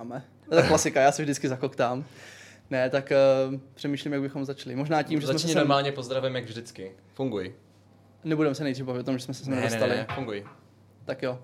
zakoktáme. To je klasika, já se vždycky zakoktám. Ne, tak přemýšlím, jak bychom začali. Možná tím, že jsme se normálně pozdravím, jak vždycky. Funguj. Nebudeme se nejdřív bavit o tom, že jsme se sem dostali. Ne, funguj. Tak jo.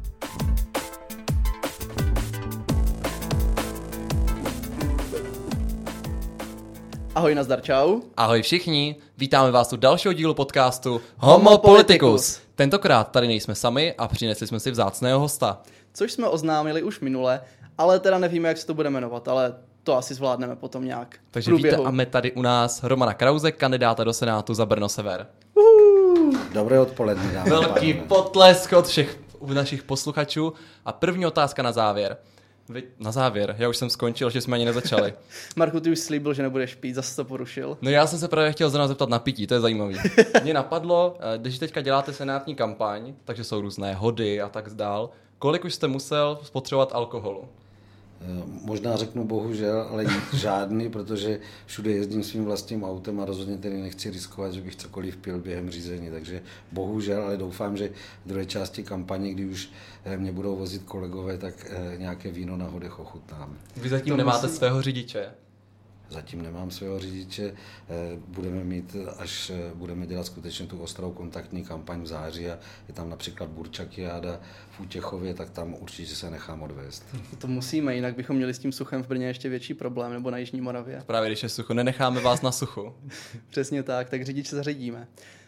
Ahoj, nazdar, čau. Ahoj všichni, vítáme vás u dalšího dílu podcastu Homo Politicus. Tentokrát tady nejsme sami a přinesli jsme si vzácného hosta. Což jsme oznámili už minule, ale teda nevíme, jak se to bude jmenovat, ale to asi zvládneme potom nějak. Takže vítáme tady u nás Romana Krause, kandidáta do Senátu za Brno Sever. Dobré odpoledne, dámy. Velký potlesk od všech našich posluchačů. A první otázka na závěr. Na závěr, já už jsem skončil, že jsme ani nezačali. Marku, ty už slíbil, že nebudeš pít, zase to porušil. No já jsem se právě chtěl zrovna zeptat na pití, to je zajímavý. Mě napadlo, když teďka děláte senátní kampaň, takže jsou různé hody a tak dál, kolik už jste musel spotřebovat alkoholu? Možná řeknu bohužel, ale žádný, protože všude jezdím svým vlastním autem a rozhodně tedy nechci riskovat, že bych cokoliv pil během řízení, takže bohužel, ale doufám, že v druhé části kampaně, kdy už mě budou vozit kolegové, tak nějaké víno na hodech ochutnám. Vy zatím nemáte svého řidiče? Zatím nemám svého řidiče, budeme mít, až budeme dělat skutečně tu ostrou kontaktní kampaň v září a je tam například Burčakiáda v Útěchově, tak tam určitě se nechám odvést. To musíme, jinak bychom měli s tím suchem v Brně ještě větší problém, nebo na Jižní Moravě. Právě když je sucho, nenecháme vás na suchu. Přesně tak řidiče zařídíme.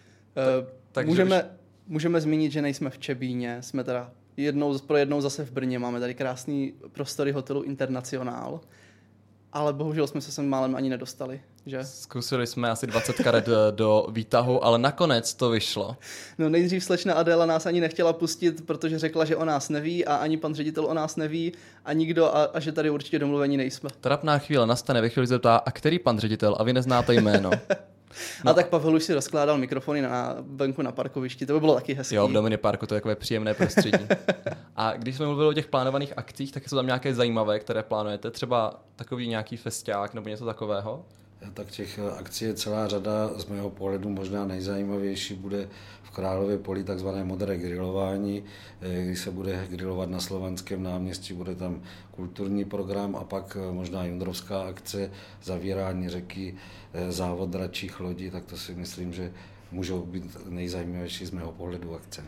Takže můžeme zmínit, že nejsme v Čebíně, jsme teda jednou zase v Brně, máme tady krásný prostory hotelu Internacionál. Ale bohužel jsme se sem málem ani nedostali, že? Zkusili jsme asi 20 karet do výtahu, ale nakonec to vyšlo. No nejdřív slečna Adéla nás ani nechtěla pustit, protože řekla, že o nás neví a ani pan ředitel o nás neví a nikdo a že tady určitě domluvení nejsme. Trapná chvíle nastane, ve chvíli zeptá, a který pan ředitel a vy neznáte jméno. No. A tak Pavel už si rozkládal mikrofony venku na parkovišti, to by bylo taky hezký. Jo, v Dominy parku, to je takové příjemné prostředí. A když jsme mluvili o těch plánovaných akcích, tak jsou tam nějaké zajímavé, které plánujete? Třeba takový nějaký festiák nebo něco takového? Tak těch akcí je celá řada, z mého pohledu možná nejzajímavější bude v Králově Poli takzvané modré grilování, kdy se bude grilovat na Slovanském náměstí, bude tam kulturní program a pak možná jundrovská akce, zavírání řeky, závod dračích lodí, tak to si myslím, že můžou být nejzajímavější z mého pohledu akce.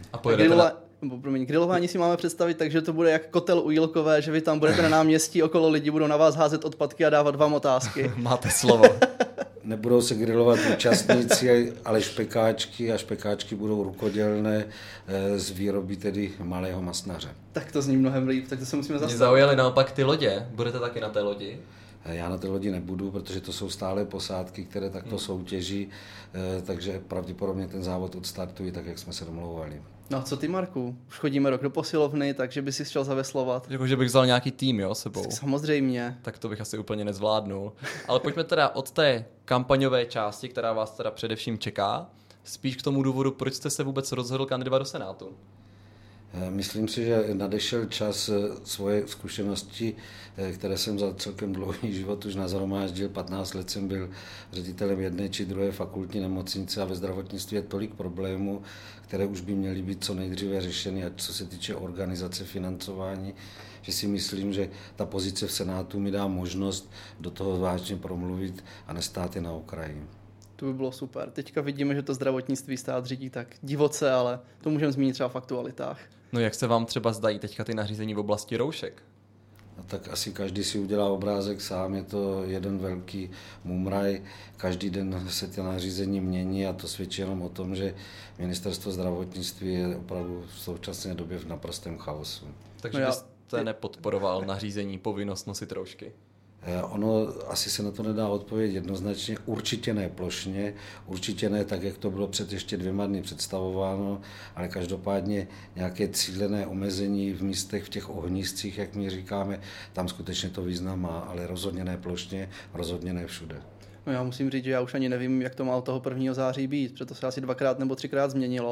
A grilování si máme představit, takže to bude jak kotel u Jílkové, že vy tam budete na náměstí, okolo lidi budou na vás házet odpadky a dávat vám otázky. Máte slovo. Nebudou se grilovat účastníci, ale špekáčky a špekáčky budou rukodělné z výroby tedy malého masnaře. Tak to zní mnohem líp, tak to se musíme zastavit. Mě zaujaly naopak ty lodě. Budete taky na té lodi? Já na té lodi nebudu, protože to jsou stále posádky, které takto soutěží, takže pravděpodobně ten závod odstartují tak, jak jsme se domlouvali. No a co ty, Marku? Už chodíme rok do posilovny, takže by si chtěl zaveslovat. Jakože bych vzal nějaký tým, jo, sebou. Samozřejmě. Tak to bych asi úplně nezvládnul. Ale pojďme teda od té kampaňové části, která vás teda především čeká, spíš k tomu důvodu, proč jste se vůbec rozhodl kandidovat do Senátu. Myslím si, že nadešel čas svoje zkušenosti, které jsem za celkem dlouhý život už nazhromáždil. 15 let jsem byl ředitelem jedné či druhé fakultní nemocnice a ve zdravotnictví je tolik problémů, které už by měly být co nejdříve řešeny, ať co se týče organizace, financování, že si myslím, že ta pozice v Senátu mi dá možnost do toho vážně promluvit a nestát je na okraji. To by bylo super. Teďka vidíme, že to zdravotnictví stát řídí tak divoce, ale to můžeme zmínit třeba v aktualitách. No jak se vám třeba zdají teďka ty nařízení v oblasti roušek? No, tak asi každý si udělá obrázek sám, je to jeden velký mumraj, každý den se ty nařízení mění a to svědčí jenom o tom, že ministerstvo zdravotnictví je opravdu v současné době v naprostém chaosu. Takže byste nepodporoval nařízení povinnost nosit roušky? Ono asi se na to nedá odpovědět jednoznačně, určitě ne plošně, určitě ne tak, jak to bylo před ještě 2 dny představováno, ale každopádně nějaké cílené omezení v místech, v těch ohniscích, jak my říkáme, tam skutečně to význam má, ale rozhodně ne plošně, rozhodně ne všude. No já musím říct, že já už ani nevím, jak to má od toho 1. září být, protože to se asi 2krát nebo 3krát změnilo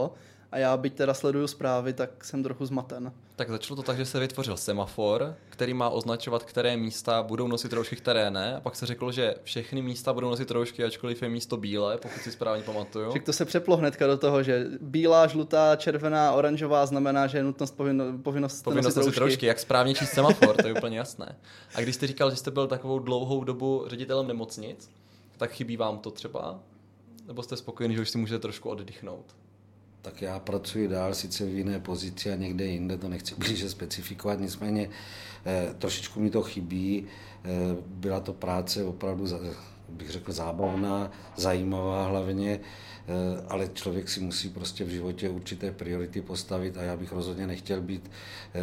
A já, byť teda sleduju zprávy, tak jsem trochu zmaten. Tak začalo to tak, že se vytvořil semafor, který má označovat, které místa budou nosit roušky, které ne. A pak se řeklo, že všechny místa budou nosit roušky, ačkoliv je místo bílé, pokud si správně pamatuju. Že to se přeplo hnedka do toho, že bílá, žlutá, červená, oranžová znamená, že je nutnost povinnost nosit roušky. Jak správně číst semafor, to je úplně jasné. A když jste říkal, že jste byl takovou dlouhou dobu ředitelem nemocnic, tak chybí vám to třeba? Nebo jste spokojený, že už si můžete trošku oddychnout? Tak já pracuji dál, sice v jiné pozici a někde jinde, to nechci blíže specifikovat, nicméně trošičku mi to chybí. Byla to práce opravdu, bych řekl, zábavná, zajímavá hlavně, ale člověk si musí prostě v životě určité priority postavit a já bych rozhodně nechtěl být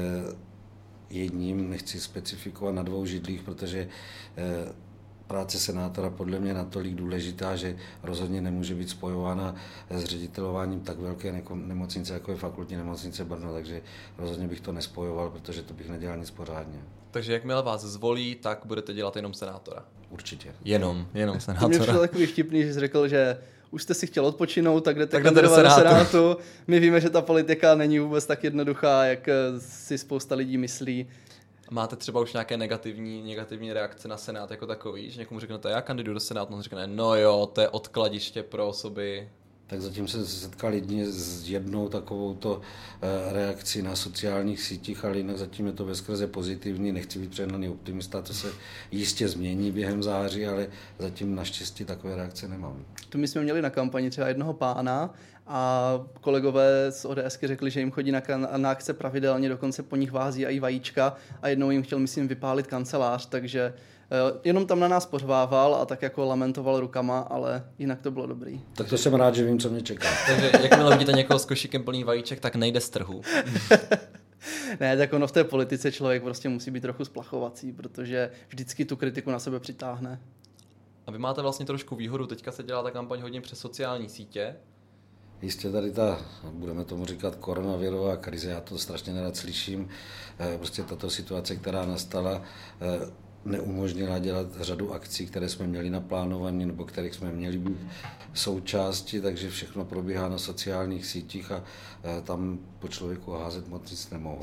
jedním, nechci specifikovat na 2 židlích, protože práce senátora podle mě je natolik důležitá, že rozhodně nemůže být spojována s ředitelováním tak velké nemocnice, jako je Fakultní nemocnice Brno, takže rozhodně bych to nespojoval, protože to bych nedělal nic pořádně. Takže jakmile vás zvolí, tak budete dělat jenom senátora? Určitě. Jenom senátora. To mě přišlo takový vtipný, že jsi řekl, že už jste si chtěl odpočinout, tak jdete kandidovat do Senátu. My víme, že ta politika není vůbec tak jednoduchá, jak si spousta lidí myslí. Máte třeba už nějaké negativní reakce na Senát jako takový, že někomu řeknete, já kandiduju do Senátu, on řekne, no jo, to je odkladiště pro osoby. Tak zatím jsem se setkal jedině s jednou takovouto reakcí na sociálních sítích, ale jinak zatím je to veskrze pozitivní, nechci být přehnaný optimista, to se jistě změní během září, ale zatím naštěstí takové reakce nemám. To my jsme měli na kampani třeba jednoho pána a kolegové z ODSky řekli, že jim chodí na akce pravidelně, dokonce po nich vází i vajíčka a jednou jim chtěl, myslím, vypálit kancelář, takže jenom tam na nás pořvával a tak jako lamentoval rukama, ale jinak to bylo dobrý. Tak to jsem rád, že vím, co mě čeká. Takže jakmile vidíte někoho s košíkem plný vajíček, tak nejde z trhu. Ne, tak ono v té politice člověk prostě musí být trochu splachovací, protože vždycky tu kritiku na sebe přitáhne. A vy máte vlastně trošku výhodu, teďka se dělá ta kampaň hodně přes sociální sítě. Jistě tady ta, budeme tomu říkat, koronavirová krize, já to strašně nerad slyším, prostě tato situace, která nastala, neumožnila dělat řadu akcí, které jsme měli naplánované nebo kterých jsme měli být součástí, takže všechno probíhá na sociálních sítích a tam po člověku házet moc nic nemohou.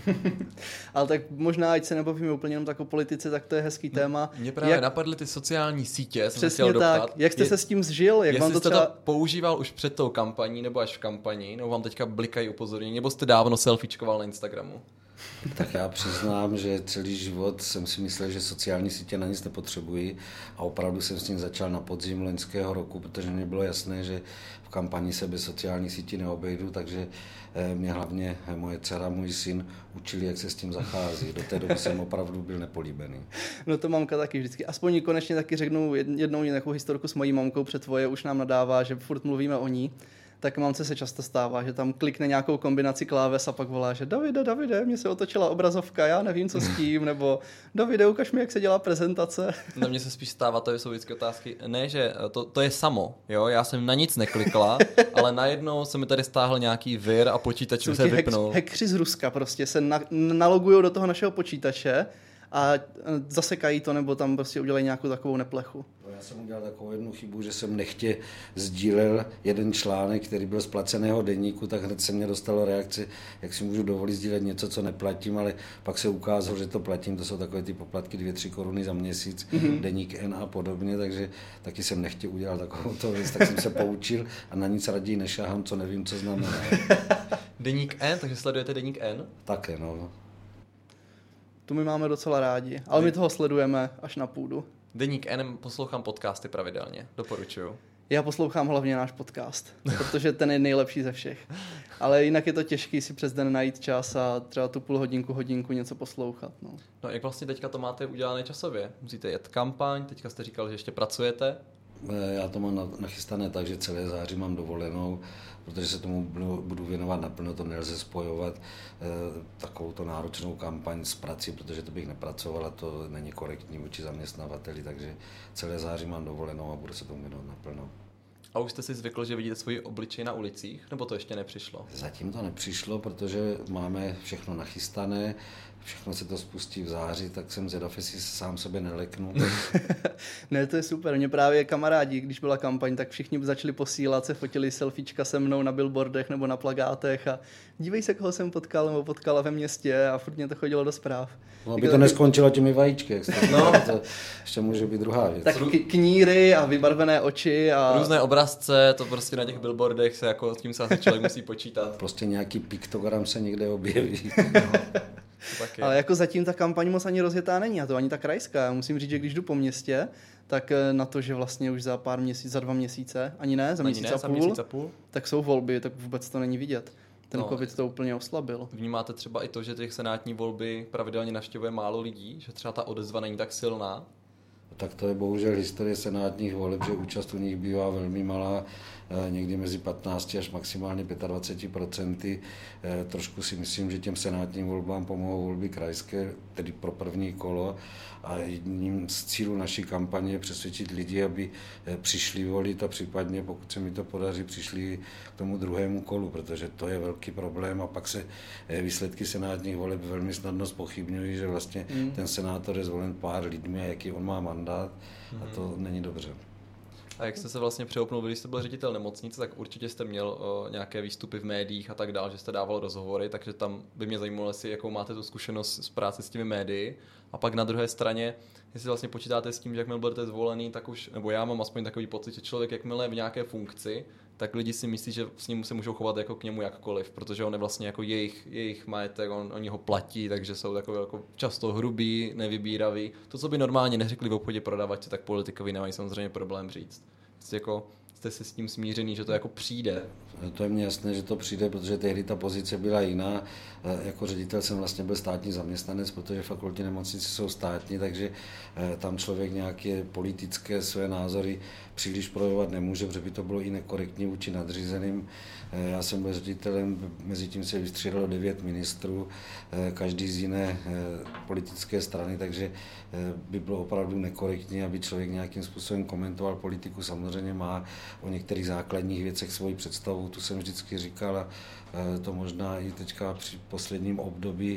Ale tak možná, ať se nebavíme úplně jenom tak o politice, tak to je hezký téma. Mě právě napadly ty sociální sítě, jsem se chtěl tak. doptat. Jak jste se s tím zžil? Jak jestli vám to jste to používal už před tou kampaní nebo až v kampani, nebo vám teďka blikají upozornění, nebo jste dávno selfiečkoval na Instagramu? Tak já přiznám, že celý život jsem si myslel, že sociální sítě na nic nepotřebují a opravdu jsem s tím začal na podzim loňského roku, protože mě bylo jasné, že v kampani se bez sociálních sítí neobejdu, takže mě hlavně moje dcera, můj syn učili, jak se s tím zachází. Do té doby jsem opravdu byl nepolíbený. No to mamka taky vždycky. Aspoň konečně taky řeknu jednou nějakou historku s mojí mamkou, před tvoje už nám nadává, že furt mluvíme o ní. Tak mamce se často stává, že tam klikne nějakou kombinaci kláves a pak volá, že Davide, mně se otočila obrazovka, já nevím, co s tím, nebo Davide, ukaž mi, jak se dělá prezentace. Na mě se spíš stává, to jsou vždycky otázky, ne, že to je samo, jo, já jsem na nic neklikla, ale najednou se mi tady stáhl nějaký vir a počítač se vypnul. Hackři z Ruska prostě se nalogujou do toho našeho počítače a zasekají to, nebo tam prostě udělají nějakou takovou neplechu. Já jsem udělal takovou jednu chybu, že jsem nechtě sdílel jeden článek, který byl z placeného deníku, tak hned se mě dostalo reakce, jak si můžu dovolit sdílet něco, co neplatím, ale pak se ukázalo, že to platím, to jsou takové ty poplatky 2-3 koruny za měsíc, deník N a podobně, takže taky jsem nechtě udělal takovou věc, tak jsem se poučil a na nic raději nešáhám, co nevím, co znamená. Deník N, takže sledujete deník N? Také, no. Tu my máme docela rádi, ale my toho sledujeme až na půdu. Deník N, poslouchám podcasty pravidelně, doporučuju. Já poslouchám hlavně náš podcast, protože ten je nejlepší ze všech. Ale jinak je to těžký si přes den najít čas a třeba tu hodinku něco poslouchat. No jak vlastně teďka to máte udělané časově? Musíte jet kampaň, teďka jste říkal, že ještě pracujete. Já to mám nachystané tak, že celé září mám dovolenou, protože se tomu budu věnovat naplno, to nelze spojovat takovouto náročnou kampaň s prací, protože to bych nepracoval a to není korektní vůči zaměstnavateli, takže celé září mám dovolenou a budu se tomu věnovat naplno. A už jste si zvykl, že vidíte svoji obličej na ulicích, nebo to ještě nepřišlo? Zatím to nepřišlo, protože máme všechno nachystané, všechno se to spustí v září, tak jsem zvědav, jestli se sám sebe neleknu. Ne, to je super. Mě právě kamarádi, když byla kampaň, tak všichni začali posílat, se fotili selfiečka se mnou na billboardech nebo na plakátech a dívej se, koho jsem potkal nebo potkala ve městě a furt mě to chodilo do zpráv. No, aby to neskončilo těmi vajíčky, jak jste říkal, to ještě může být druhá věc. Tak kníry a vybarvené oči a... Různé obrazce, to prostě na těch billboardech se jako s tím se člověk musí počítat. Prostě nějaký piktogram se někde objeví. Ale jako zatím ta kampaň moc ani rozjetá není, a to ani ta krajská. Já musím říct, že když jdu po městě, tak na to, že vlastně už za 2 měsíce, ani ne, za měsíc a půl, tak jsou volby, tak vůbec to není vidět. Ten covid to úplně oslabil. Vnímáte třeba i to, že těch senátní volby pravidelně navštěvuje málo lidí, že třeba ta odezva není tak silná? Tak to je bohužel historie senátních voleb, že účast u nich bývá velmi malá, někdy mezi 15 až maximálně 25%. Trošku si myslím, že těm senátním volbám pomohou volby krajské, tedy pro první kolo. A jedním z cílů naší kampaně je přesvědčit lidi, aby přišli volit a případně, pokud se mi to podaří, přišli k tomu druhému kolu, protože to je velký problém a pak se výsledky senátních voleb velmi snadno zpochybňují, že vlastně ten senátor je zvolen pár lidmi a jaký on má mandát a to není dobře. A jak jste se vlastně přeopnul, když jste byl ředitel nemocnice, tak určitě jste měl nějaké výstupy v médiích a tak dále, že jste dával rozhovory, takže tam by mě zajímalo, jestli jakou máte tu zkušenost z práce s těmi médii. A pak na druhé straně, jestli vlastně počítáte s tím, že jakmile budete zvolený, tak už, nebo já mám aspoň takový pocit, že člověk jakmile je v nějaké funkci, tak lidi si myslí, že s ním se můžou chovat jako k němu jakkoliv, protože on je vlastně jako jejich majetek, oni ho platí, takže jsou takové jako často hrubý, nevybíravý. To, co by normálně neřekli v obchodě prodavači, tak politikovi nemají samozřejmě problém říct. Jste si s tím smířený, že to jako přijde? To je mně jasné, že to přijde, protože tehdy ta pozice byla jiná. Jako ředitel jsem vlastně byl státní zaměstnanec, protože fakultní nemocnice jsou státní, takže tam člověk nějaké politické své názory příliš projevovat nemůže, protože by to bylo i nekorektní vůči nadřízeným. Já jsem byl ředitelem, mezi tím se vystřídalo 9 ministrů, každý z jiné politické strany, takže by bylo opravdu nekorektní, aby člověk nějakým způsobem komentoval politiku. Samozřejmě má o některých základních věcech svoji představu, tu jsem vždycky říkal a to možná i teďka při posledním období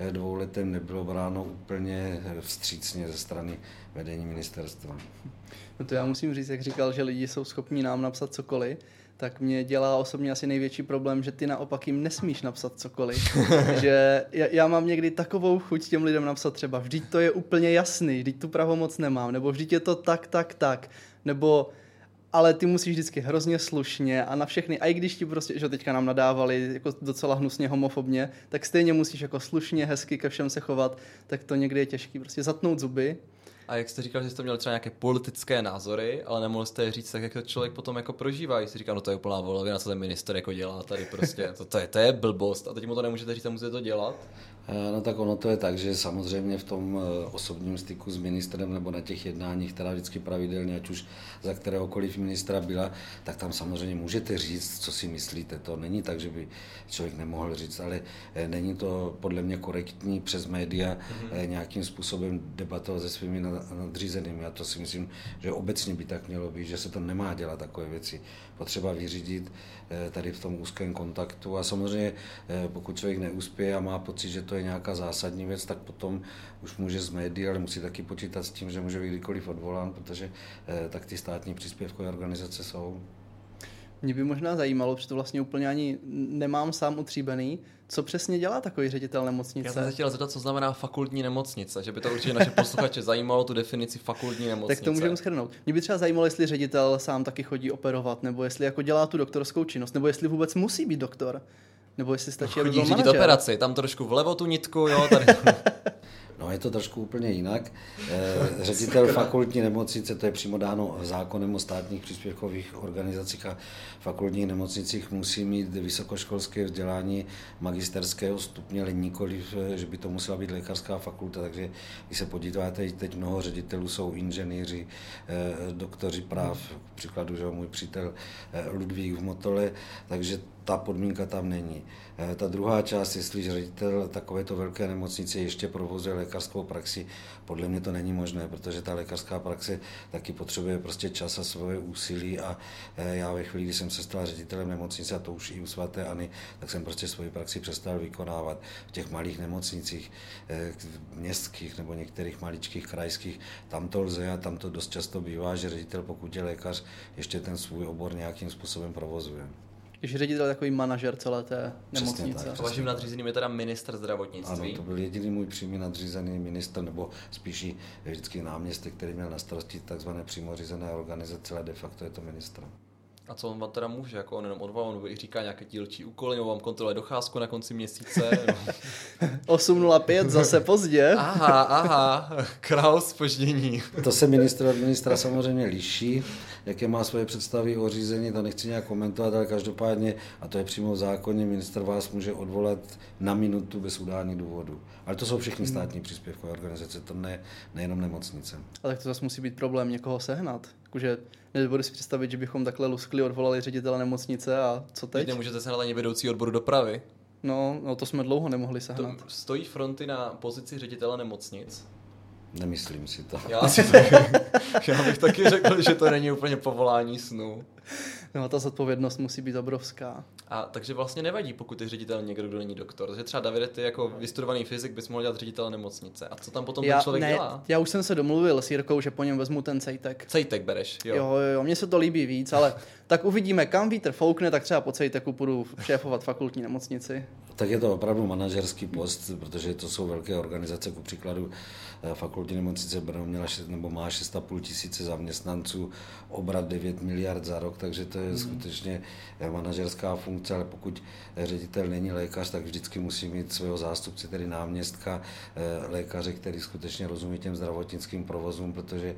2 letem nebylo bráno úplně vstřícně ze strany vedení ministerstva. No to já musím říct, jak říkal, že lidi jsou schopni nám napsat cokoliv, tak mě dělá osobně asi největší problém, že ty naopak jim nesmíš napsat cokoliv. Že já mám někdy takovou chuť těm lidem napsat třeba, vždyť to je úplně jasný, vždyť tu pravomoc nemám, nebo vždyť je to tak, nebo ale ty musíš vždycky hrozně slušně a na všechny, a i když ti prostě, že teďka nám nadávali jako docela hnusně homofobně, tak stejně musíš jako slušně, hezky ke všem se chovat, tak to někdy je těžký, prostě zatnout zuby. A jak jste říkal, že jste měli třeba nějaké politické názory, ale nemohl jste je říct tak, jak to člověk potom jako prožívá. Když si říká, no to je úplná volovina, co ten minister jako dělá tady prostě, to je blbost a teď mu to nemůžete říct a musíte to dělat. No tak ono to je tak, že samozřejmě v tom osobním styku s ministrem nebo na těch jednáních, která vždycky pravidelně, ať už za kteréhokoliv ministra byla, tak tam samozřejmě můžete říct, co si myslíte. To není tak, že by člověk nemohl říct, ale není to podle mě korektní přes média nějakým způsobem debatovat se svými nadřízenými. Já to si myslím, že obecně by tak mělo být, že se to nemá dělat takové věci. Potřeba vyřídit tady v tom úzkém kontaktu a samozřejmě pokud člověk neuspěje a má pocit, že to je nějaká zásadní věc, tak potom už může z médií, ale musí taky počítat s tím, že může být kdykoliv odvolán, protože tak ty státní příspěvkové organizace jsou. Mě by možná zajímalo, protože to vlastně úplně ani nemám sám utříbený, co přesně dělá takový ředitel nemocnice. Já jsem se chtěl zeptat, co znamená fakultní nemocnice, že by to určitě naše posluchače zajímalo, tu definici fakultní nemocnice. Tak to můžeme shrnout. Mě by třeba zajímalo, jestli ředitel sám taky chodí operovat, nebo jestli jako dělá tu doktorskou činnost, nebo jestli vůbec musí být doktor, nebo jestli stačí, aby byl manažer. Chodí řídit operaci, tam trošku vlevo tu nitku, jo, tady. No, je to trošku úplně jinak. Ředitel fakultní nemocnice, to je přímo dáno zákonem o státních příspěvkových organizacích a fakultních nemocnicích, musí mít vysokoškolské vzdělání magisterského stupně, ale nikoliv, že by to musela být lékařská fakulta. Takže když se podíváte, teď mnoho ředitelů jsou inženýři, doktoři práv, příkladu, že můj přítel Ludvík v Motole, takže ta podmínka tam není. Ta druhá část, jestli ředitel takovéto velké nemocnice ještě provozuje lékařskou praxi, podle mě to není možné, protože ta lékařská praxe taky potřebuje prostě čas a svoje úsilí a já ve chvíli, kdy jsem se stal ředitelem nemocnice, a to už i u svaté Anny, tak jsem prostě svoji praxi přestal vykonávat v těch malých nemocnicích, městských nebo některých maličkých krajských. Tam to lze a tam to dost často bývá, že ředitel, pokud je lékař, ještě ten svůj obor nějakým způsobem provozuje. Když ředitel je takový manažer celé té nemocnice. Tak, Vaším nadřízeným je teda ministr zdravotnictví. Ano, to byl jediný můj přímý nadřízený ministr, nebo spíš i vždycky náměstek, který měl na starosti takzvané přímo řízené organizace, ale de facto je to ministr. A co on vám teda může? Jako on jenom odvolá, on i říká nějaké dílčí úkoly, nebo vám kontroluje docházku na konci měsíce? 8:05, zase pozdě. Aha, král zpoždění. To se ministr od ministra samozřejmě liší, jaké má svoje představy o řízení, to nechci nějak komentovat, ale každopádně, a to je přímo v zákoně, ministr vás může odvolat na minutu bez udání důvodu. Ale to jsou všechny státní příspěvkové organizace, to nejenom nemocnice. Ale tak to zase musí být problém někoho sehnat. Jakože nebudu si představit, že bychom takhle luskli odvolali ředitele nemocnice a co teď? Nemůžete sehnat ani vedoucí odboru dopravy. No, to jsme dlouho nemohli sehnat. Stojí fronty na pozici ředitele nemocnic? Nemyslím si to. Já bych taky řekl, že to není úplně povolání snu. No a ta zodpovědnost musí být obrovská. A takže vlastně nevadí, pokud je ředitel někdo, kdo není doktor. Takže třeba Davide, ty jako vystudovaný fyzik bys mohl dělat ředitele nemocnice. A co tam potom ten člověk dělá? Já už jsem se domluvil s Jirkou, že po něm vezmu ten cejtek. Cejtek bereš, jo. Jo, mně se to líbí víc, ale tak uvidíme, kam vítr foukne, tak třeba po cejteku půjdu šéfovat fakultní nemocnici. Tak je to opravdu manažerský post, protože to jsou velké organizace, ku příkladu fakultní nemocnice Brno má 6,5 tisíce zaměstnanců, obrat 9 miliard za rok, takže to je skutečně manažerská funkce, ale pokud ředitel není lékař, tak vždycky musí mít svého zástupce, tedy náměstka, lékaře, který skutečně rozumí těm zdravotnickým provozům, protože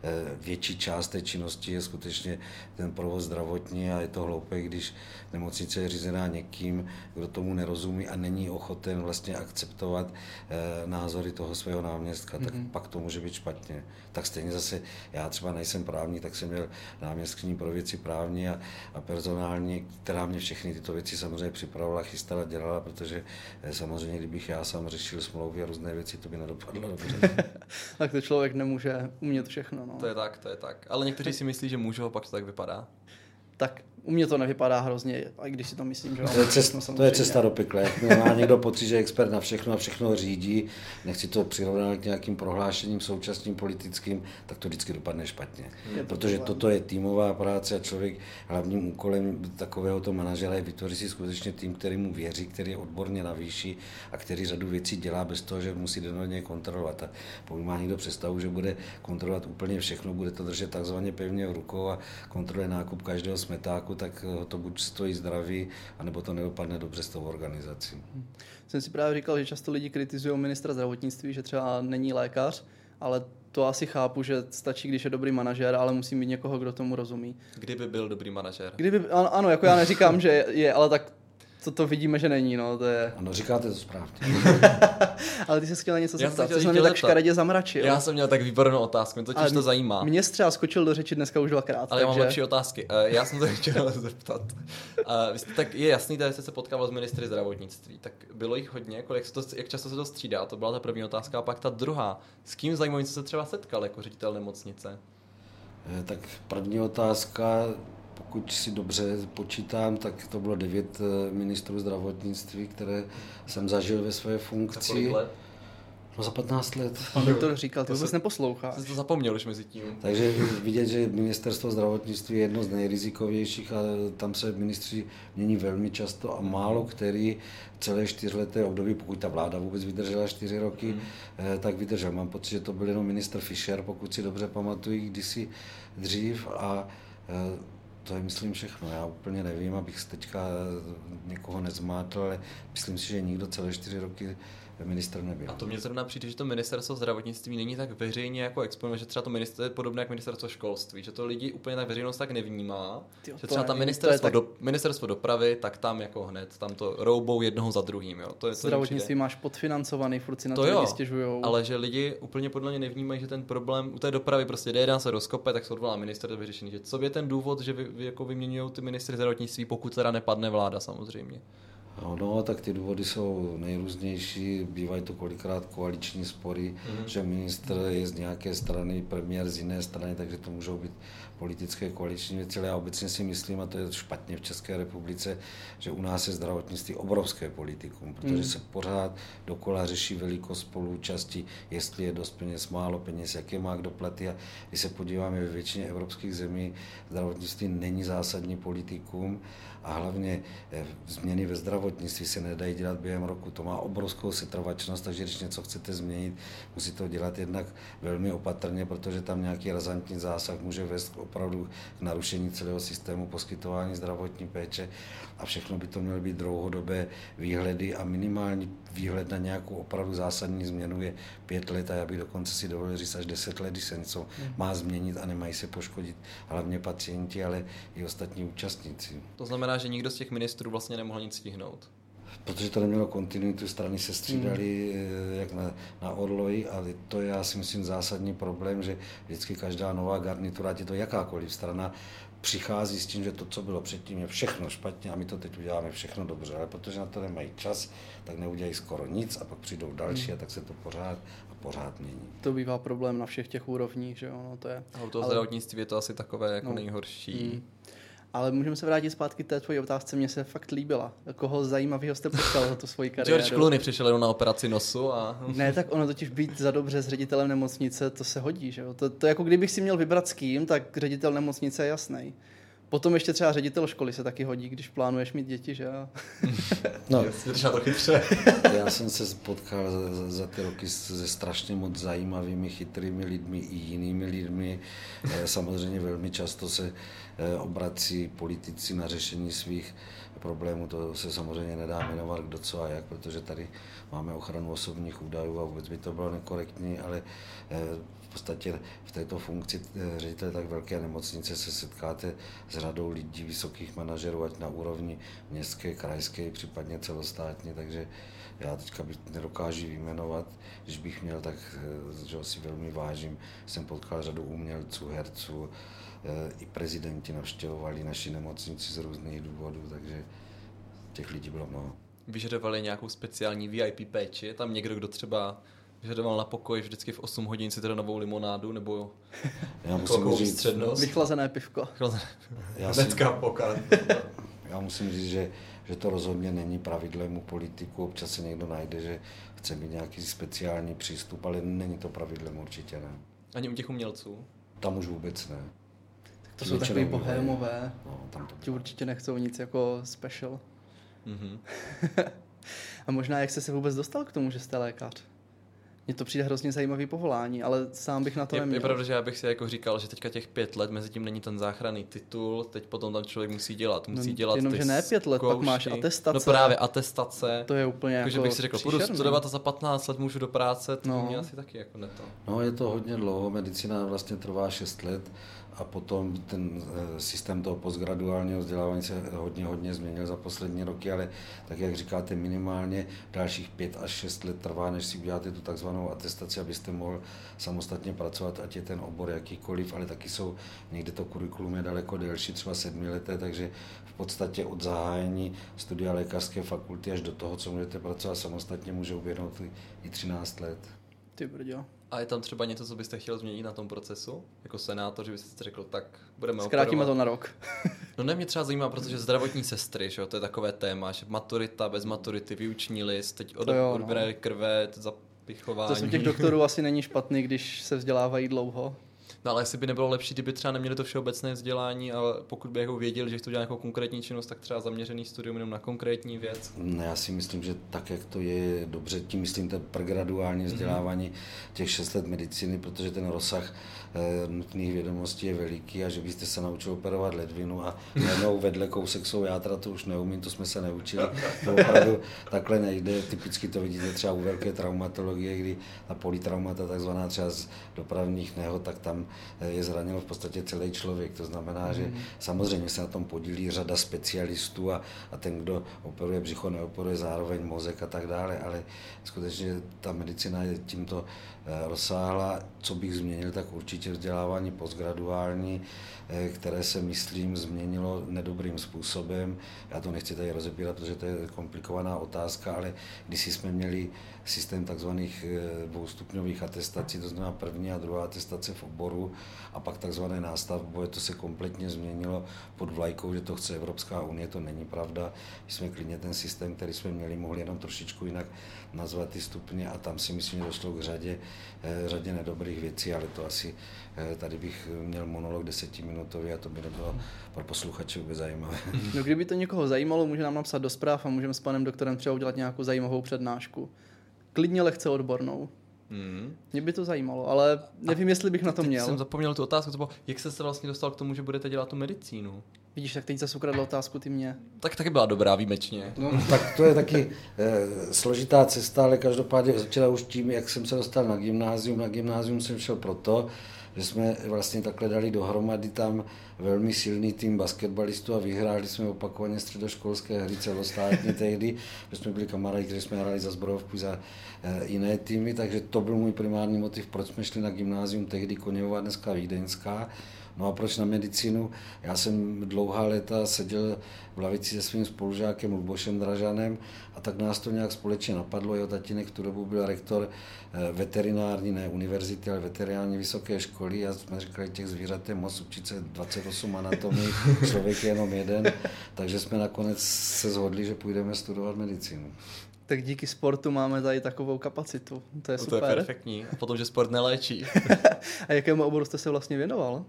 větší část té činnosti je skutečně ten provoz zdravotní a je to hloupé, když nemocnice je řízená někým, kdo tomu nerozumí a není ochoten vlastně akceptovat názory toho svého náměstka, tak pak to může být špatně. Tak stejně zase, já třeba nejsem právník, tak jsem měl náměstkyni pro věci právní a personální, která mě všechny tyto věci samozřejmě připravovala, chystala, dělala, protože samozřejmě, kdybych já sám řešil smlouvy a různé věci, to by nedopadlo dobře. Tak to člověk nemůže umět všechno. No. To je tak. Ale někteří si myslí, že můžou, pak to tak vypadá. Tak u mě to nevypadá hrozně, i když si to myslím, že to je cesta do pekla. Jak má někdo pocit, že je expert na všechno a všechno řídí, nechci to přirovnat k nějakým prohlášením současným politickým, tak to vždycky dopadne špatně. Protože toto je týmová práce a člověk hlavním úkolem takovéhoto manažera je vytvořit si skutečně tým, který mu věří, který je odborně na výši a který řadu věcí dělá bez toho, že musí denně kontrolovat. A pokud má někdo představu, že bude kontrolovat úplně všechno, bude to držet takzvaně pevně v rukou a kontroluje nákup každého smetáku, tak to buď stojí zdraví, anebo to nedopadne dobře s tou organizací. Jsem si právě říkal, že často lidi kritizují ministra zdravotnictví, že třeba není lékař, ale to asi chápu, že stačí, když je dobrý manažer, ale musí mít někoho, kdo tomu rozumí. Kdyby byl dobrý manažer. Ano, jako já neříkám, že je, ale tak to vidíme, že není, no, to je... Ano, říkáte to správně. Ale ty jsi chtěl něco zeptat, ty jsi mě tak škaredě zamračil. Já jsem měl tak výbornou otázku, mě totiž to zajímá. Mě třeba skočil do řeči dneska už dvakrát. Ale já mám lepší otázky. Já jsem to chtěl zeptat. Tak je jasný, že jste se potkával s ministry zdravotnictví, tak bylo jich hodně, jak často se to střídá, to byla ta první otázka, a pak ta druhá. S kým zajímavým jste se třeba setkal jako ředitel nemocnice? Tak první otázka, pokud si dobře počítám, tak to bylo 9 ministrů zdravotnictví, které jsem zažil ve své funkci. Za kolik let? No za 15 let. Pan doktor říkal, ty vůbec neposloucháš. Jsi to zapomněl už mezi tím. Takže vidět, že ministerstvo zdravotnictví je jedno z nejrizikovějších a tam se ministři mění velmi často a málo který celé 4leté období, pokud ta vláda vůbec vydržela 4 roky, tak vydržel. Mám pocit, že to byl jenom ministr Fischer, pokud si dobře pamatuju, kdysi dřív a to je, myslím, všechno. Já úplně nevím, abych teďka někoho nezmátl, ale myslím si, že nikdo celé 4 roky ministr nebyl. A to mě zrovna přijde, že to ministerstvo zdravotnictví není tak veřejně jako exponovat, že třeba to ministerstvo je podobné jako ministerstvo školství, že to lidi úplně tak veřejnost tak nevnímá, že třeba tam ministerstvo dopravy, tak tam jako hned, tam to roubou jednoho za druhým. Jo. To zdravotnictví máš podfinancovaný, furt si na to lidi stěžujou. Ale že lidi úplně podle mě nevnímají, že ten problém u té dopravy prostě jde, jeden se rozkope, tak se odvolá ministr, to vyřešený. Že co je ten důvod, že vy jako vyměňují ty ministry zdravotnictví, pokud teda nepadne vláda samozřejmě. No, tak ty důvody jsou nejrůznější, bývají to kolikrát koaliční spory, že ministr je z nějaké strany, premiér z jiné strany, takže to můžou být politické koaliční věci, ale já obecně si myslím, a to je špatně v České republice, že u nás je zdravotnictví obrovské politikum, protože se pořád dokola řeší velikost spoluúčasti, jestli je dost peněz, málo peněz, jaké má kdo platy. A když se podíváme ve většině evropských zemí, zdravotnictví není zásadní politikum a hlavně změny ve zdravotnictví se nedají dělat během roku. To má obrovskou setrvačnost, takže když něco chcete změnit, musí to dělat jednak velmi opatrně, protože tam nějaký razantní zásah může vést opravdu k narušení celého systému poskytování zdravotní péče a všechno by to měly být dlouhodobé výhledy a minimální výhled na nějakou opravdu zásadní změnu je 5 let a já bych dokonce si dovolil říct až 10 let, když se něco má změnit a nemají se poškodit hlavně pacienti, ale i ostatní účastníci. To znamená, že nikdo z těch ministrů vlastně nemohl nic stihnout. Protože to nemělo kontinuitu, strany se střídaly jak na orloji, ale to je, já si myslím, zásadní problém, že vždycky každá nová garnitura, ať je to jakákoliv strana, přichází s tím, že to, co bylo předtím, je všechno špatně a my to teď uděláme všechno dobře, ale protože na to nemají čas, tak neudělají skoro nic a pak přijdou další a tak se to pořád mění. To bývá problém na všech těch úrovních, že jo, no to je. A u toho zdravotnictví je to asi takové jako nejhorší. Ale můžeme se vrátit zpátky k té tvojí otázce, mně se fakt líbila. Koho zajímavého jste potkal za tu svoji kariéru? George Clooney přišel jenom na operaci nosu a... Ne, tak ono totiž být za dobře s ředitelem nemocnice, to se hodí, že jo? To jako kdybych si měl vybrat s kým, tak ředitel nemocnice je jasný. Potom ještě třeba ředitel školy se taky hodí, když plánuješ mít děti, že jo? No, to chytře. Já jsem se potkal za ty roky se strašně moc zajímavými, chytrými lidmi i jinými lidmi. Samozřejmě velmi často se obrací politici na řešení svých problémů. To se samozřejmě nedá jmenovat kdo co a jak, protože tady máme ochranu osobních údajů a vůbec by to bylo nekorektní, ale v podstatě v této funkci ředitele tak velké nemocnice se setkáte s řadou lidí, vysokých manažerů, ať na úrovni městské, krajské, případně celostátní, takže já teďka nedokážu vyjmenovat, když bych měl, tak že si velmi vážím. Jsem potkal řadu umělců, herců, i prezidenti navštěvovali naši nemocnici z různých důvodů, takže těch lidí bylo mnoho. Vyžadovali nějakou speciální VIP péči? Je tam někdo, kdo třeba vyžadoval na pokoj vždycky v 8 hodin citronovou limonádu, nebo já musím říct, střednost? Vychlazené pivko. Já musím říct, že to rozhodně není pravidlem u politiků. Občas se někdo najde, že chce mít nějaký speciální přístup, ale není to pravidlem určitě, ne. Ani u těch umělců? Tam už vůbec ne. To jsou takový bohémové. No, ti určitě nechcou nic jako special. Mm-hmm. A možná, jak jste se vůbec dostal k tomu, že jste lékař? Mně to přijde hrozně zajímavý povolání, ale sám bych na to neměl. Je pravda, že já bych si jako říkal, že teďka těch 5 let, mezi tím není ten záchranný titul, teď potom tam člověk musí dělat jenom, že ne 5 let, zkoušky. Pak máš atestace. No právě atestace. To je úplně jako že bych si řekl, půjdu studovat a za 15 let můžu do práce, to mě asi taky jako neto. No je to hodně dlouho, medicína vlastně trvá 6 let. A potom ten systém toho postgraduálního vzdělávání se hodně změnil za poslední roky, ale tak jak říkáte, minimálně dalších 5 až 6 let trvá, než si uděláte tu takzvanou atestaci, abyste mohl samostatně pracovat, ať je ten obor jakýkoliv, ale taky jsou, někde to kurikulum je daleko delší, třeba 7leté, takže v podstatě od zahájení studia lékařské fakulty až do toho, co můžete pracovat samostatně, může uběhnout i 13 let. Ty brďo. A je tam třeba něco, co byste chtěl změnit na tom procesu? Jako senátor, že byste řekl, tak budeme zkrátíme to na rok. No ne, mě třeba zajímá, protože zdravotní sestry, že jo, to je takové téma, že maturita, bez maturity, výuční list, teď odběr krve, zapichování. To u těch doktorů asi není špatný, když se vzdělávají dlouho. No ale jestli by nebylo lepší, kdyby třeba neměli to všeobecné vzdělání, ale pokud by jako věděli, že to dělá nějakou konkrétní činnost, tak třeba zaměřený studium jenom na konkrétní věc. No, já si myslím, že tak, jak to je dobře, tím myslím to pregraduální vzdělávání těch 6 let medicíny, protože ten rozsah nutných vědomostí je veliký a že byste se naučil operovat ledvinu a jenom vedle kousek jsou játra, to už neumím, to jsme se neučili. To opravdu takhle nejde. Typicky to vidíte třeba u velké traumatologie, kdy ta polytraumata, takzvaná třeba z dopravních nehod, tak tam je zranil v podstatě celý člověk. To znamená, že samozřejmě se na tom podílí řada specialistů a ten, kdo operuje břicho, neoperuje zároveň mozek a tak dále, ale skutečně ta medicína je tímto rozsáhla. Co bych změnil, tak určitě vzdělávání postgraduální, které se, myslím, změnilo nedobrým způsobem. Já to nechci tady rozebírat, protože to je komplikovaná otázka, ale když jsme měli systém takzvaných dvoustupňových atestací, to znamená první a druhá atestace v oboru a pak takzvané nástavboje, to se kompletně změnilo pod vlajkou, že to chce Evropská unie, to není pravda. My jsme klidně ten systém, který jsme měli, mohli jenom trošičku jinak nazvat ty stupně a tam si myslím, že došlo k řadě nedobrých věcí, ale to asi tady bych měl monolog 10minutový a to by nebylo pro posluchače vůbec zajímavé. No, kdyby to někoho zajímalo, může nám napsat do zpráv a můžeme s panem doktorem třeba udělat nějakou zajímavou přednášku. Klidně lehce odbornou. Mě by to zajímalo, ale nevím, jestli bych na to měl. Jsem zapomněl tu otázku, to bylo, jak jste se vlastně dostal k tomu, že budete dělat tu medicínu? Vidíš, tak teď zase ukradl otázku ty mě. Tak taky byla dobrá, výjimečně. No, tak to je taky složitá cesta, ale každopádně začala už tím, jak jsem se dostal na gymnázium. Na gymnázium jsem šel proto, že jsme vlastně takhle dali dohromady tam velmi silný tým basketbalistů a vyhráli jsme opakovaně středoškolské hry celostátní tehdy, že jsme byli kamarádi, kteří jsme hráli za Zbrojovku, za jiné týmy, takže to byl můj primární motiv, proč jsme šli na gymnázium tehdy Koněvová, dneska Vídeňská. No a proč na medicínu? Já jsem dlouhá léta seděl v lavici se svým spolužákem Lubošem Dražanem a tak nás to nějak společně napadlo. Jeho tatínek v tu dobu byl rektor veterinární, ne univerzity, ale veterinární vysoké školy a jsme říkali, těch zvířat je moc, učit se 28 anatomii, člověk je jenom jeden, takže jsme nakonec se shodli, že půjdeme studovat medicínu. Tak díky sportu máme tady takovou kapacitu. To je super. To je perfektní. A potom, že sport neléčí. A jakému oboru jste se vlastně věnoval?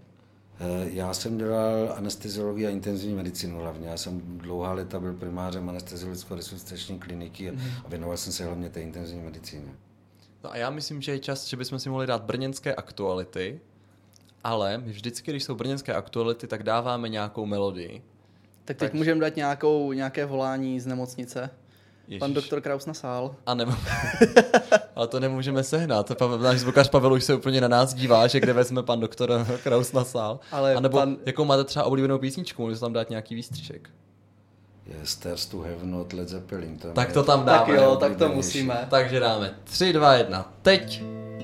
Já jsem dělal anesteziologii a intenzivní medicínu hlavně. Já jsem dlouhá léta byl primářem anesteziologicko-resuscitační kliniky a věnoval jsem se hlavně té intenzivní medicíně. No a já myslím, že je čas, že bychom si mohli dát brněnské aktuality, ale my vždycky, když jsou brněnské aktuality, tak dáváme nějakou melodii. Tak teď můžeme dát nějaké volání z nemocnice. Ježiš. Pan doktor Kraus na sál. A nebo... Ale to nemůžeme sehnat. Náš zvukař Pavel už se úplně na nás dívá, že kde vezme pan doktor Kraus na sál. A nebo jakou máte třeba oblíbenou písničku, můžete tam dát nějaký výstřižek. Je Stairs to Heaven od Led Zeppelin. Tak to tam dáme. Tak jo, tak to musíme. Takže dáme 3, 2, 1, teď.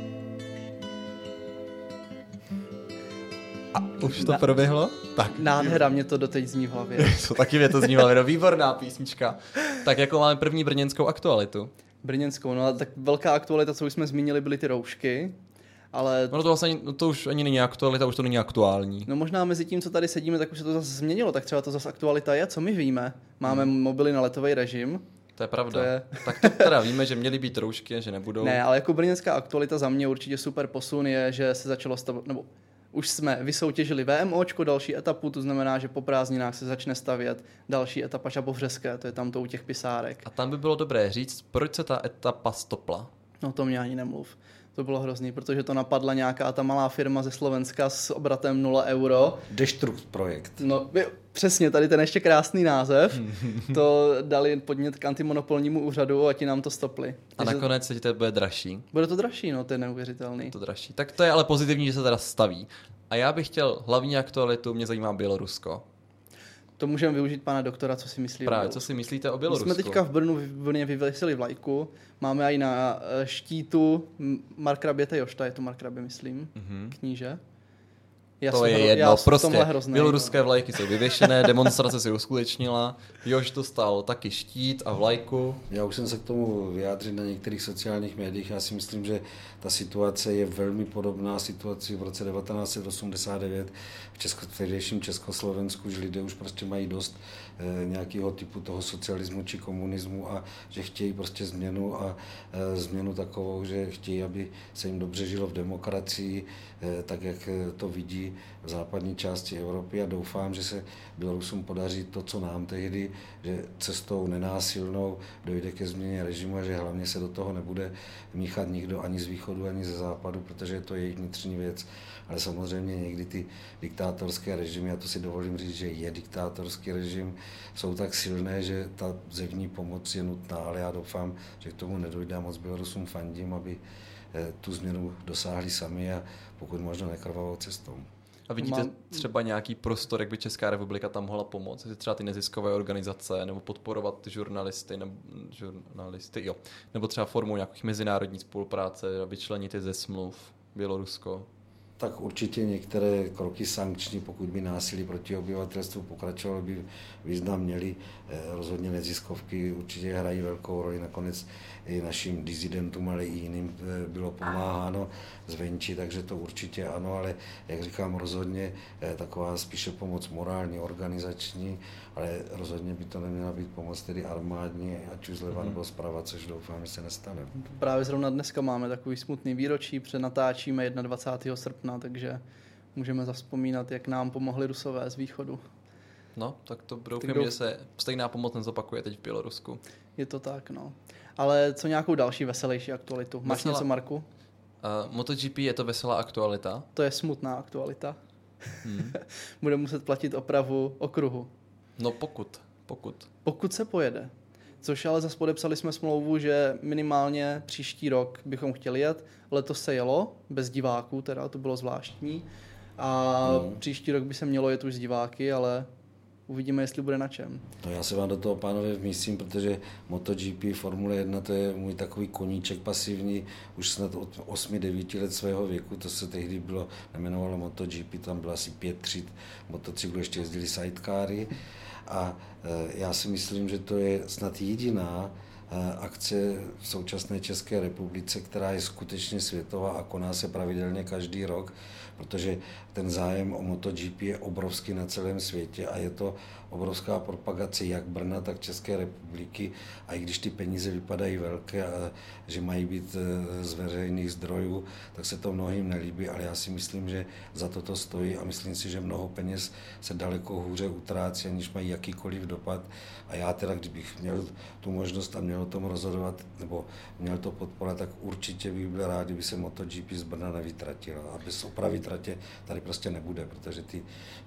A už to proběhlo? Tak. Nádhera, mě to doteď zní v hlavě. Taky mě to zní v hlavě, no, výborná písnička. Tak jako máme první brněnskou aktualitu? Brněnskou, no tak velká aktualita, co už jsme zmínili, byly ty roušky, ale... No to vlastně, to už ani není aktualita, už to není aktuální. No možná mezi tím, co tady sedíme, tak už se to zase změnilo, tak třeba to zase aktualita je, co my víme. Máme mobily na letový režim. To je pravda. Tak to teda víme, že měly být roušky, že nebudou. Ne, ale jako brněnská aktualita za mě určitě super posun je, že se začalo nebo už jsme vysoutěžili VMOčko, další etapu, to znamená, že po prázdninách se začne stavět další etapa Žabovřeské, to je tam to u těch pisárek. A tam by bylo dobré říct, proč se ta etapa stopla? No to mě ani nemluv. To bylo hrozný, protože to napadla nějaká ta malá firma ze Slovenska s obratem 0 euro. Destruct projekt. No přesně, tady ten ještě krásný název. To dali podnět k antimonopolnímu úřadu a ti nám to stopli. A nakonec se ti to bude dražší. Bude to dražší, no, to je neuvěřitelný. To dražší. Tak to je ale pozitivní, že se teda staví. A já bych chtěl hlavní aktualitu, mě zajímá Bělorusko. To můžeme využít pana doktora, co si myslí. Právě, co si myslíte o Bělorusku? My jsme teďka v Brně vyvěsili vlajku, máme i na štítu Markraběte Jošta, je to Markrabě, myslím, kníže. To je jedno, prostě hrozný, běloruské vlajky jsou vyvěšené, demonstrace se uskutečnila, Jož dostal taky štít a vlajku. Já už jsem se k tomu vyjádřil na některých sociálních médiích, já si myslím, že ta situace je velmi podobná situaci v roce 1989 v tehdejším Československu, že lidé už prostě mají dost nějakého typu toho socialismu či komunismu a že chtějí prostě změnu a změnu takovou, že chtějí, aby se jim dobře žilo v demokracii, tak jak to vidí v západní části Evropy a doufám, že se Bělorusům podaří to, co nám tehdy, že cestou nenásilnou dojde ke změně režimu a že hlavně se do toho nebude míchat nikdo ani z východu, ani ze západu, protože je to jejich vnitřní věc. Ale samozřejmě někdy ty diktátorské režimy, a to si dovolím říct, že je diktátorský režim, jsou tak silné, že ta zevní pomoc je nutná, ale já doufám, že k tomu nedojde a moc Bělorusům fandím, aby tu změnu dosáhli sami a pokud možno nekrvavou cestou. A vidíte třeba nějaký prostor, jak by Česká republika tam mohla pomoct? Třeba ty neziskové organizace, nebo podporovat žurnalisty, nebo třeba formou nějakých mezinárodní spolupráce, vyčlenit je ze smluv Bělorusko? Tak určitě některé kroky sankční, pokud by násilí proti obyvatelstvu pokračovalo, by význam měly. Rozhodně neziskovky určitě hrají velkou roli. Nakonec i našim disidentům, ale i jiným bylo pomáháno zvenčí, takže to určitě ano, ale jak říkám, rozhodně taková spíše pomoc morální, organizační, ale rozhodně by to neměla být pomoc tedy armádní, ať už zleva nebo zprava, což doufám, že se nestane. Právě zrovna dneska máme takový smutný výročí, přenatáčíme 21. srpna, takže můžeme zavzpomínat, jak nám pomohli Rusové z východu. No, tak to doufám, že se stejná pomoc nezopakuje teď v Bělorusku. Je to tak, no. Ale co nějakou další veselější aktualitu? Máš něco, Marku? MotoGP je to veselá aktualita? To je smutná aktualita. Bude muset platit opravu okruhu. No pokud se pojede. Což ale zase podepsali jsme smlouvu, že minimálně příští rok bychom chtěli jet. Letos se jelo, bez diváků, teda to bylo zvláštní. A příští rok by se mělo jet už s diváky, ale uvidíme, jestli bude na čem. No já se vám do toho, pánové, vmístím, protože MotoGP, Formule 1, to je můj takový koníček pasivní, už snad od 8-9 let svého věku, to se tehdy bylo, nejmenovalo MotoGP, tam bylo asi 5 tříd motocyklu, ještě jezdili sidecary a já si myslím, že to je snad jediná akce v současné České republice, která je skutečně světová a koná se pravidelně každý rok, protože ten zájem o MotoGP je obrovský na celém světě a je to obrovská propagace jak Brna, tak České republiky a i když ty peníze vypadají velké a že mají být z veřejných zdrojů, tak se to mnohým nelíbí, ale já si myslím, že za to stojí a myslím si, že mnoho peněz se daleko hůře utrácí, aniž mají jakýkoliv dopad a já teda, kdybych měl tu možnost a měl o tom rozhodovat, nebo měl to podporovat, tak určitě bych byl rád, kdyby se MotoGP z Brna nevytratila a bez opravy tratě tady prostě nebude, protože ty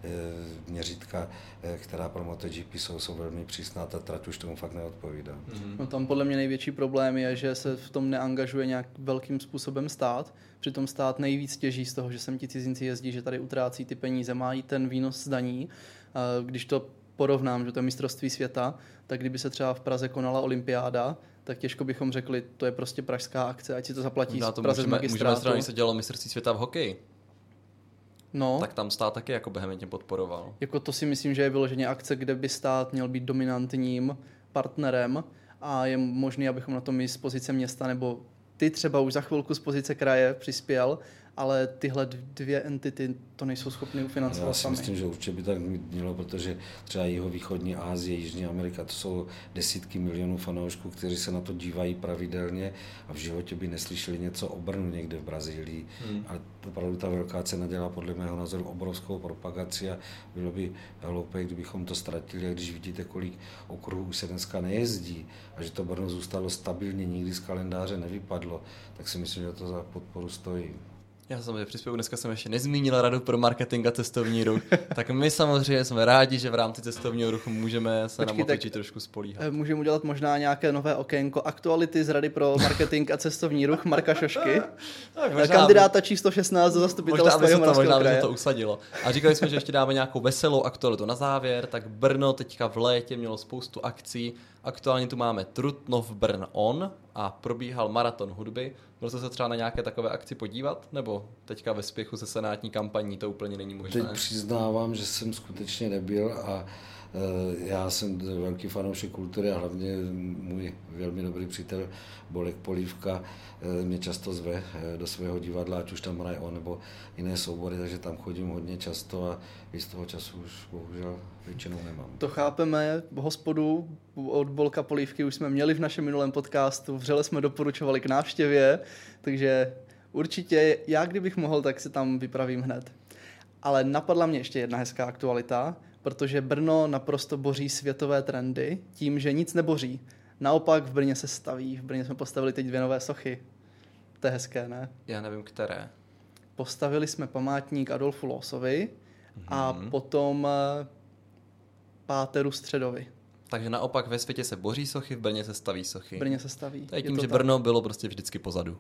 měřítka, která pro MotoGP jsou velmi přísná, ta trať už tomu fakt neodpovídá. No tam podle mě největší problém je, že se v tom neangažuje nějak velkým způsobem stát. Přitom stát nejvíc těží z toho, že sem ti cizinci jezdí, že tady utrácí ty peníze, mají ten výnos z daní. Když to porovnám, že to je mistrovství světa, tak kdyby se třeba v Praze konala olympiáda, tak těžko bychom řekli, to je prostě pražská akce, ať si to zaplatí z Praze z magistrátu. Můžeme třeba, když se dělalo mistrovství světa v hokeji. No, tak tam stát taky jako vehementně podporoval. Jako to si myslím, že je vyloženě akce, kde by stát měl být dominantním partnerem a je možné, abychom na tom my z pozice města nebo ty třeba už za chvilku z pozice kraje přispěl, ale tyhle dvě entity to nejsou schopny ufinancovat. Já si myslím, že určitě by tak mělo, protože třeba jihovýchodní Asie, Jižní Amerika, to jsou desítky milionů fanoušků, kteří se na to dívají pravidelně a v životě by neslyšeli něco o Brnu někde v Brazílii. Ale opravdu ta velká cena dělá podle mého názoru obrovskou propagaci a bylo by hloupé, kdybychom to ztratili. A když vidíte, kolik okruhů se dneska nejezdí a že to Brno zůstalo stabilně, nikdy z kalendáře nevypadlo, tak si myslím, že to za podporu stojí. Já samozřejmě příspěvku dneska jsem ještě nezmínil Radu pro marketing a cestovní ruch, tak my samozřejmě jsme rádi, že v rámci cestovního ruchu můžeme se na MotoGP trošku spolíhat. Můžeme udělat možná nějaké nové okénko aktuality z Rady pro marketing a cestovní ruch Marka Šošky, kandidáta číslo 16 do zastupitelstva Jihomoravského kraje. Možná by se to usadilo. A říkali jsme, že ještě dáme nějakou veselou aktualitu na závěr, tak Brno teďka v létě mělo spoustu akcí. Aktuálně tu máme Trutnov Brn On a probíhal maraton hudby. Byl jste se třeba na nějaké takové akci podívat? Nebo teďka ve spěchu se senátní kampaní to úplně není možné? Teď přiznávám, že jsem skutečně nebyl a já jsem velký fanoušek kultury a hlavně můj velmi dobrý přítel Bolek Polívka mě často zve do svého divadla, ať už tam hraje on nebo jiné soubory, takže tam chodím hodně často a z toho času už bohužel většinou nemám. To chápeme, hospodu od Bolka Polívky už jsme měli v našem minulém podcastu, vřele jsme doporučovali k návštěvě, takže určitě já kdybych mohl, tak se tam vypravím hned. Ale napadla mě ještě jedna hezká aktualita, protože Brno naprosto boří světové trendy tím, že nic neboří. Naopak v Brně se staví. V Brně jsme postavili teď 2 nové sochy. To je hezké, ne? Já nevím, které. Postavili jsme památník Adolfu Loosovi a potom páteru Středovi. Takže naopak ve světě se boří sochy, v Brně se staví sochy. V Brně se staví. To je tím, že Brno bylo prostě vždycky pozadu.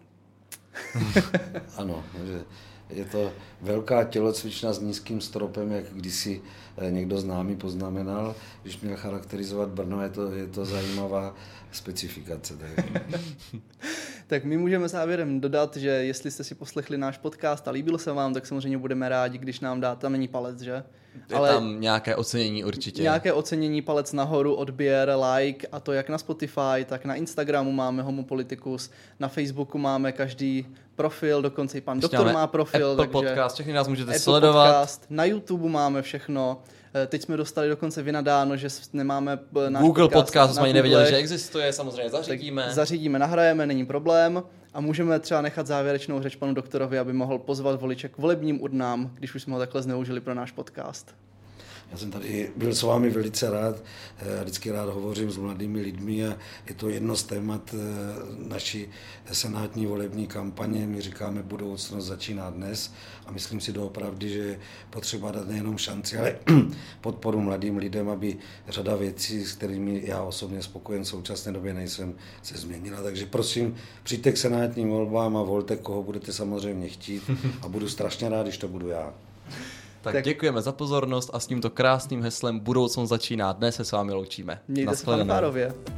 Ano, že je to velká tělocvična s nízkým stropem, jak kdysi někdo známý poznamenal. Když měl charakterizovat Brno, je to zajímavá specifikace. Tak my můžeme závěrem dodat, že jestli jste si poslechli náš podcast a líbil se vám, tak samozřejmě budeme rádi, když nám dáte, tam není palec, že? Je tam nějaké ocenění určitě. Nějaké ocenění, palec nahoru, odběr, like, a to jak na Spotify, tak na Instagramu máme Homopolitikus, na Facebooku máme každý profil, dokonce i pan doktor má profil. Apple takže Podcast, všechny nás můžete Apple sledovat. Podcast, na YouTube máme všechno. Teď jsme dostali dokonce vynadáno, že nemáme náš Google Podcast, jsme ani nevěděli, že existuje. existuje, samozřejmě zařídíme. Zařídíme, nahrajeme, není problém. A můžeme třeba nechat závěrečnou řeč panu doktorovi, aby mohl pozvat voliče k volebním urnám, když už jsme ho takhle zneužili pro náš podcast. Já jsem tady byl s vámi velice rád, vždycky rád hovořím s mladými lidmi a je to jedno z témat naší senátní volební kampaně. My říkáme, budoucnost začíná dnes a myslím si doopravdy, že je potřeba dát nejenom šanci, ale podporu mladým lidem, aby řada věcí, s kterými já osobně spokojen v současné době nejsem, se změnila. Takže prosím, přijďte k senátním volbám a volte, koho budete samozřejmě chtít a budu strašně rád, když to budu já. Tak děkujeme za pozornost a s tímto krásným heslem budoucnost začíná dnes se s vámi loučíme. Mějte se fanfárově.